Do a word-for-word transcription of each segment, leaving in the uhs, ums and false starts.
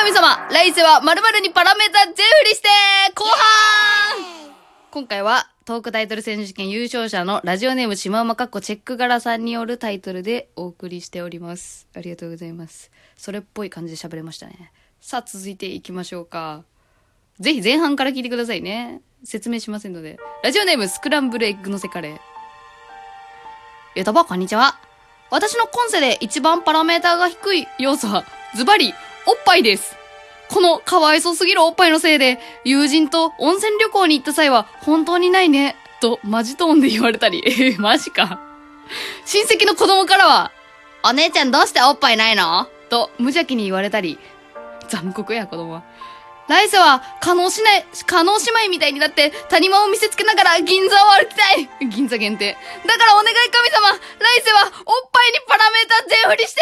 神様、来世は〇〇にパラメータ全振りして後半。今回はトークタイトル選手権優勝者のラジオネームシマウマかっこチェック柄さんによるタイトルでお送りしております。ありがとうございます。それっぽい感じで喋れましたね。さあ続いていきましょうか。ぜひ前半から聞いてくださいね。説明しませんので。ラジオネームスクランブルエッグのせカレー。ゆたばこんにちは。私の今世で一番パラメーターが低い要素はズバリおっぱいです。このかわいそうすぎるおっぱいのせいで友人と温泉旅行に行った際は本当にないねとマジトーンで言われたり、えー、マジか。親戚の子供からはお姉ちゃんどうしておっぱいないのと無邪気に言われたり、残酷や子供は。来世は、加納しない、加納姉妹みたいになって、谷間を見せつけながら銀座を歩きたい。銀座限定。だからお願い神様、来世は、おっぱいにパラメータ全振りして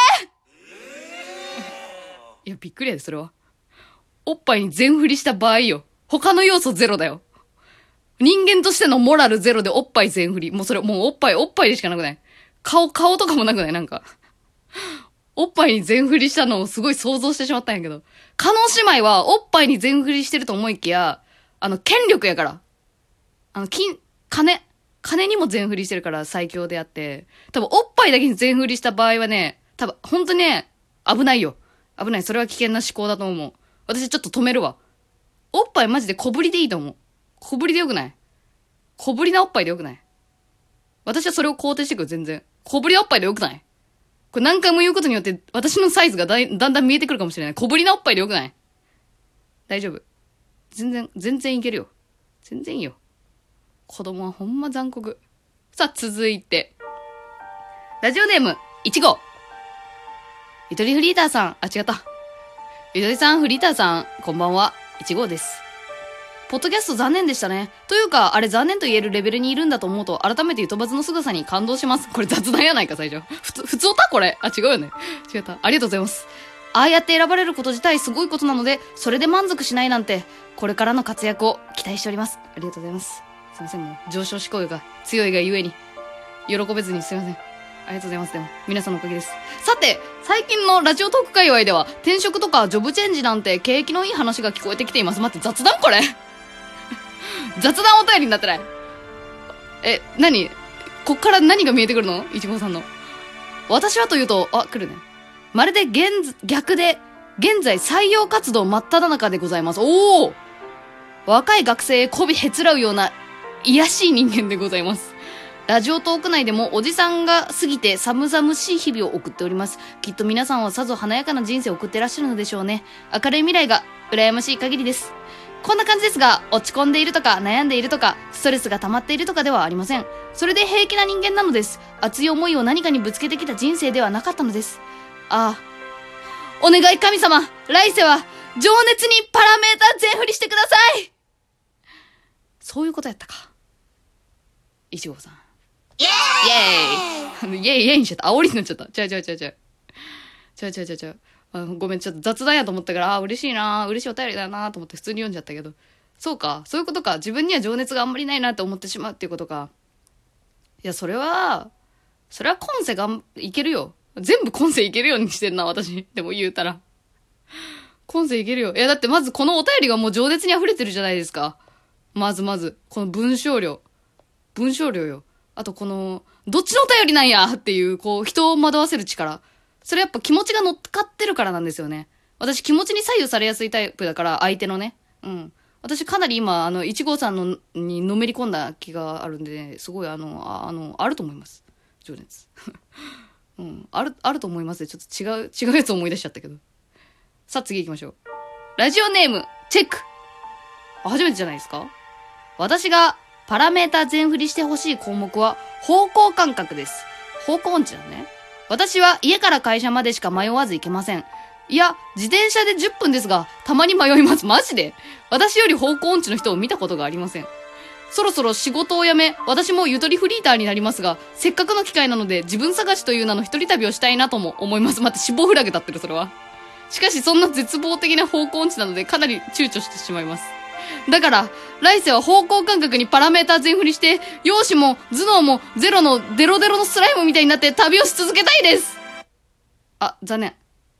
ーいや、びっくりやで、それは。おっぱいに全振りした場合よ。他の要素ゼロだよ。人間としてのモラルゼロでおっぱい全振り。もうそれ、もうおっぱい、おっぱいでしかなくない。顔、顔とかもなくないなんか。おっぱいに全振りしたのをすごい想像してしまったんやけど。加納姉妹はおっぱいに全振りしてると思いきや、あの、権力やから。あの、金、金、金にも全振りしてるから最強であって、多分おっぱいだけに全振りした場合はね、多分本当にね、危ないよ。危ない。それは危険な思考だと思う。私ちょっと止めるわ。おっぱいマジで小ぶりでいいと思う。小ぶりでよくない？小ぶりなおっぱいでよくない？私はそれを肯定してくる、全然。小ぶりなおっぱいでよくない？これ何回も言うことによって私のサイズがだいだんだん見えてくるかもしれない。小ぶりなおっぱいでよくない？大丈夫。全然、全然いけるよ。全然いいよ。子供はほんま残酷。さあ、続いて。ラジオネーム、いちご。ゆとりフリーターさん、あ、違った。ゆとりさん、フリーターさん、こんばんは。いちごです。ポッドキャスト残念でしたね。というか、あれ残念と言えるレベルにいるんだと思うと、改めてゆとばずの凄さに感動します。これ雑談やないか、最初。ふつ、普通歌これ。あ、違うよね。違った。ありがとうございます。ああやって選ばれること自体すごいことなので、それで満足しないなんて、これからの活躍を期待しております。ありがとうございます。すいません、もう上昇志向が強いがゆえに、喜べずにすいません。ありがとうございます。でも、皆さんのおかげです。さて、最近のラジオトーク界隈では、転職とかジョブチェンジなんて景気のいい話が聞こえてきています。待って、雑談これ雑談お便りになってない。え、何こっから何が見えてくるのいちごさんの。私はというと、あ、来るね。まるで現、逆で、現在採用活動真っ只中でございます。おー若い学生へ媚びへつらうような、癒やしい人間でございます。ラジオトーク内でもおじさんが過ぎて寒々しい日々を送っております。きっと皆さんはさぞ華やかな人生を送ってらっしゃるのでしょうね。明るい未来が羨ましい限りです。こんな感じですが、落ち込んでいるとか悩んでいるとか、ストレスが溜まっているとかではありません。それで平気な人間なのです。熱い思いを何かにぶつけてきた人生ではなかったのです。ああ。お願い神様、来世は情熱にパラメータ全振りしてください。そういうことやったか。いちごさん。イエーイイエーイイエーイイエーイにしちゃった。煽りになっちゃった。ちゃうちゃうちゃうちゃう。ちゃうちゃうちゃうちゃう。あ、ごめん、ちょっと雑談やと思ったから、あ、嬉しいな、嬉しいお便りだなと思って普通に読んじゃったけど。そうか、そういうことか。自分には情熱があんまりないなって思ってしまうっていうことか。いや、それは、それは今世がん、いけるよ。全部今世いけるようにしてんな、私。でも言うたら。今世いけるよ。いや、だってまずこのお便りがもう情熱に溢れてるじゃないですか。まずまず。この文章量。文章量よ。あとこの、どっちのお便りなんやっていう、こう、人を惑わせる力。それやっぱ気持ちが乗っかってるからなんですよね。私気持ちに左右されやすいタイプだから、相手のね。うん。私かなり今、あの、いちごさんの、にのめり込んだ気があるんで、ね、すごいあの、ああの、あると思います。情熱。うん。ある、あると思いますね。ちょっと違う、違うやつ思い出しちゃったけど。さあ次行きましょう。ラジオネーム、チェック。あ、初めてじゃないですか？私が、パラメータ全振りしてほしい項目は方向感覚です。方向音痴だね。私は家から会社までしか迷わず行けません。いや、自転車でじゅっぷんですが、たまに迷います。マジで？私より方向音痴の人を見たことがありません。そろそろ仕事を辞め、私もゆとりフリーターになりますが、せっかくの機会なので自分探しという名の一人旅をしたいなとも思います。待って、死亡フラグ立ってる、それは。しかしそんな絶望的な方向音痴なのでかなり躊躇してしまいます。だから、来世は方向感覚にパラメータ全振りして、容姿も頭脳もゼロのデロデロのスライムみたいになって旅をし続けたいです。あ、残念。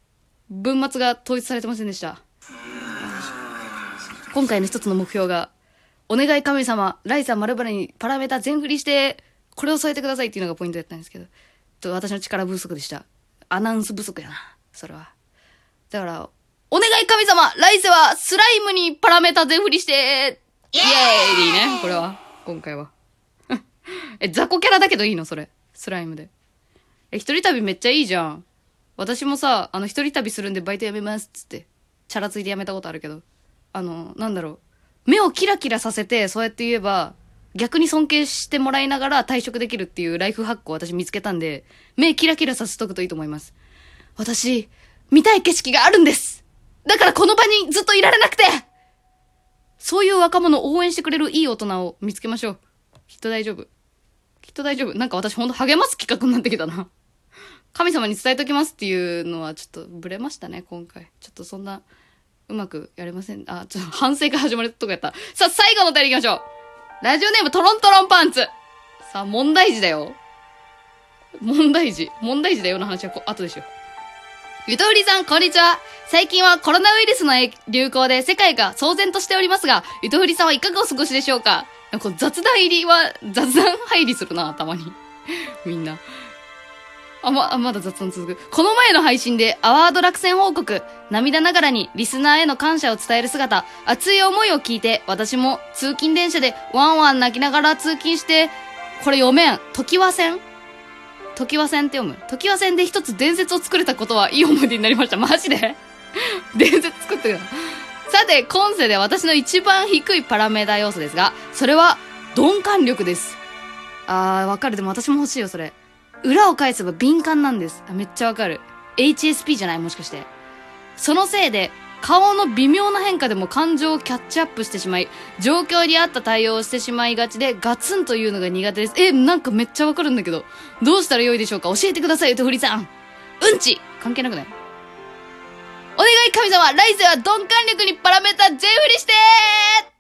文末が統一されてませんでした。今回の一つの目標が、お願い神様、ライさん〇〇にパラメータ全振りして、これを添えてくださいっていうのがポイントだったんですけど、と私の力不足でした。アナウンス不足やな、それは。だから、お願い神様、来世はスライムにパラメータ全振りして、イエーイでいいね、これは。今回は。え、雑魚キャラだけどいいのそれ。スライムで。え、一人旅めっちゃいいじゃん。私もさ、あの、一人旅するんでバイトやめますっつって、チャラついてやめたことあるけど、あの、なんだろう。目をキラキラさせて、そうやって言えば、逆に尊敬してもらいながら退職できるっていうライフハックを私見つけたんで、目キラキラさせとくといいと思います。私、見たい景色があるんです。だからこの場にずっといられなくて、そういう若者を応援してくれるいい大人を見つけましょう。きっと大丈夫。きっと大丈夫。なんか私ほんと励ます企画になってきたな。神様に伝えときますっていうのはちょっとブレましたね、今回。ちょっとそんな、うまくやれません。あ、ちょっと反省が始まるとこやった。さあ、最後のお便り行きましょう。ラジオネームトロントロンパンツ。さあ、問題児だよ。問題児。問題児だよの話はこ後でしょ。ゆとうりさん、こんにちは。最近はコロナウイルスの流行で世界が騒然としておりますが、ゆとうりさんはいかがお過ごしでしょうか？なんか雑談入りは、雑談入りするな、たまに。みんな。あ、ま、あまだ雑談続く。この前の配信でアワード落選報告、涙ながらにリスナーへの感謝を伝える姿、熱い思いを聞いて、私も通勤電車でワンワン泣きながら通勤して、これ読めん。時和線時和線って読む。時和線で一つ伝説を作れたことはいい思い出になりました。マジで伝説作ってる。さて、今世で私の一番低いパラメータ要素ですが、それは鈍感力です。あー、わかる。でも私も欲しいよ、それ。裏を返せば敏感なんです。あ、めっちゃわかる。エイチエスピー じゃない？もしかして。そのせいで、顔の微妙な変化でも感情をキャッチアップしてしまい、状況に合った対応をしてしまいがちで、ガツンというのが苦手です。え、なんかめっちゃわかるんだけど。どうしたらよいでしょうか？教えてください、ゆとふりさん。うんち関係なくない？お願い神様、来世は鈍感力にパラメータ全振りしてー！あい！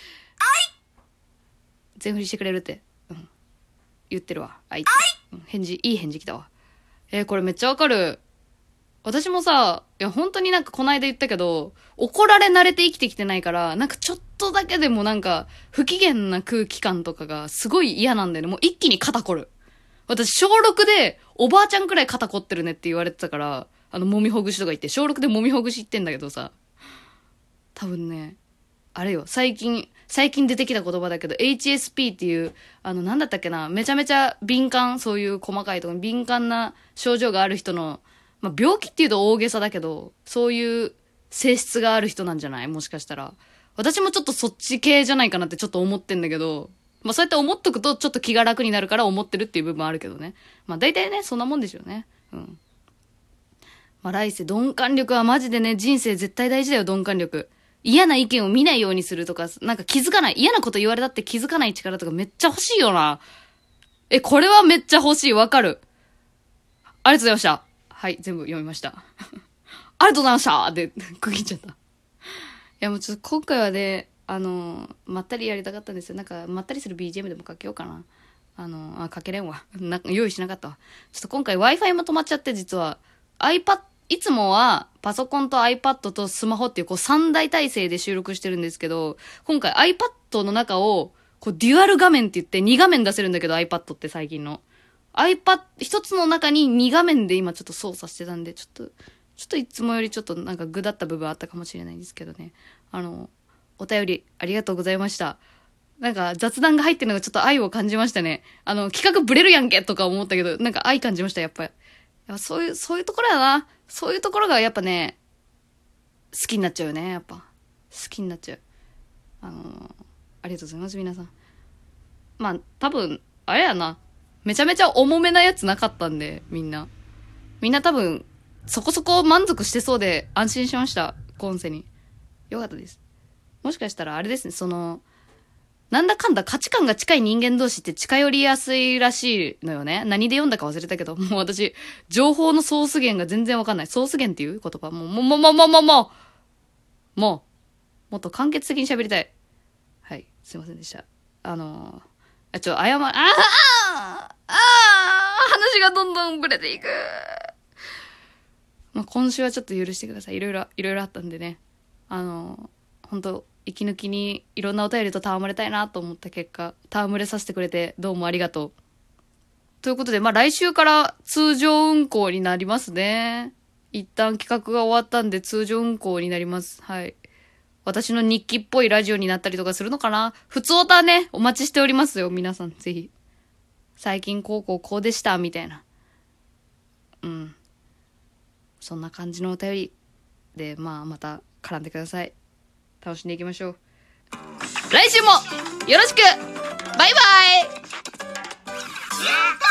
全振りしてくれるって。うん。言ってるわ。あい。うん、返事、いい返事来たわ。えー、これめっちゃわかる。私もさ、いや本当になんかこないだ言ったけど、怒られ慣れて生きてきてないから、なんかちょっとだけでもなんか不機嫌な空気感とかがすごい嫌なんだよね。もう一気に肩凝る。私小ろくでおばあちゃんくらい肩凝ってるねって言われてたから、あの、揉みほぐしとか言って、小ろくで揉みほぐし言ってんだけどさ、多分ね、あれよ、最近、最近出てきた言葉だけど、エイチエスピー っていう、あの、なんだったっけな、めちゃめちゃ敏感、そういう細かいところに敏感な症状がある人の、まあ、病気っていうと大げさだけど、そういう性質がある人なんじゃない？もしかしたら。私もちょっとそっち系じゃないかなってちょっと思ってんだけど、まあそうやって思っとくとちょっと気が楽になるから思ってるっていう部分あるけどね。まあ大体ね、そんなもんですよね。うん。まあ来世、鈍感力はマジでね、人生絶対大事だよ、鈍感力。嫌な意見を見ないようにするとか、なんか気づかない。嫌なこと言われたって気づかない力とかめっちゃ欲しいよな。え、これはめっちゃ欲しい。わかる。ありがとうございました。はい、全部読みました。ありがとうございましたで、区切っちゃった。いやもうちょっと今回はね、あの、まったりやりたかったんですよ。なんか、まったりする ビージーエム でもかけようかな。あの、あ、かけれんわ。なんか用意しなかったわ。ちょっと今回 Wi-Fi も止まっちゃって、実は。iPad、いつもはパソコンと iPad とスマホっていうこうさんだい体制で収録してるんですけど、今回 iPad の中をこうデュアル画面って言ってに画面出せるんだけど iPad って最近の。iPad、一つの中にに画面で今ちょっと操作してたんで、ちょっと、ちょっといつもよりちょっとなんか具だった部分あったかもしれないんですけどね。あの、お便りありがとうございました。なんか雑談が入ってるのがちょっと愛を感じましたね。あの、企画ブレるやんけとか思ったけど、なんか愛感じました、やっぱり。やっぱそういう、そういうところやな。そういうところがやっぱね、好きになっちゃうよね、やっぱ。好きになっちゃう。あのー、ありがとうございます、皆さん。まあ、多分、あれやな。めちゃめちゃ重めなやつなかったんで、みんな。みんな多分、そこそこ満足してそうで安心しました、今世に。よかったです。もしかしたらあれですね、その、なんだかんだ価値観が近い人間同士って近寄りやすいらしいのよね。何で読んだか忘れたけど、もう私、情報のソース源が全然わかんない。ソース源っていう言葉もう、もう、もう、もう、もう、もう、もう、もう、もっと簡潔的に喋りたい。はい、すいませんでした。あのー、ちょ、謝る、あーあーあー話がどんどんブレていく。 まあ、今週はちょっと許してください。いろいろ、いろいろあったんでね。あの、本当息抜きにいろんなお便りと戯れたいなと思った結果、戯れさせてくれてどうもありがとう。ということで、まあ来週から通常運行になりますね。一旦企画が終わったんで通常運行になります。はい。私の日記っぽいラジオになったりとかするのかな。普通オタね、お待ちしておりますよ。皆さん、ぜひ。最近こうこうこうでした、みたいな。うん。そんな感じのお便りで、まあまた絡んでください。楽しんでいきましょう。来週もよろしくバイバイ。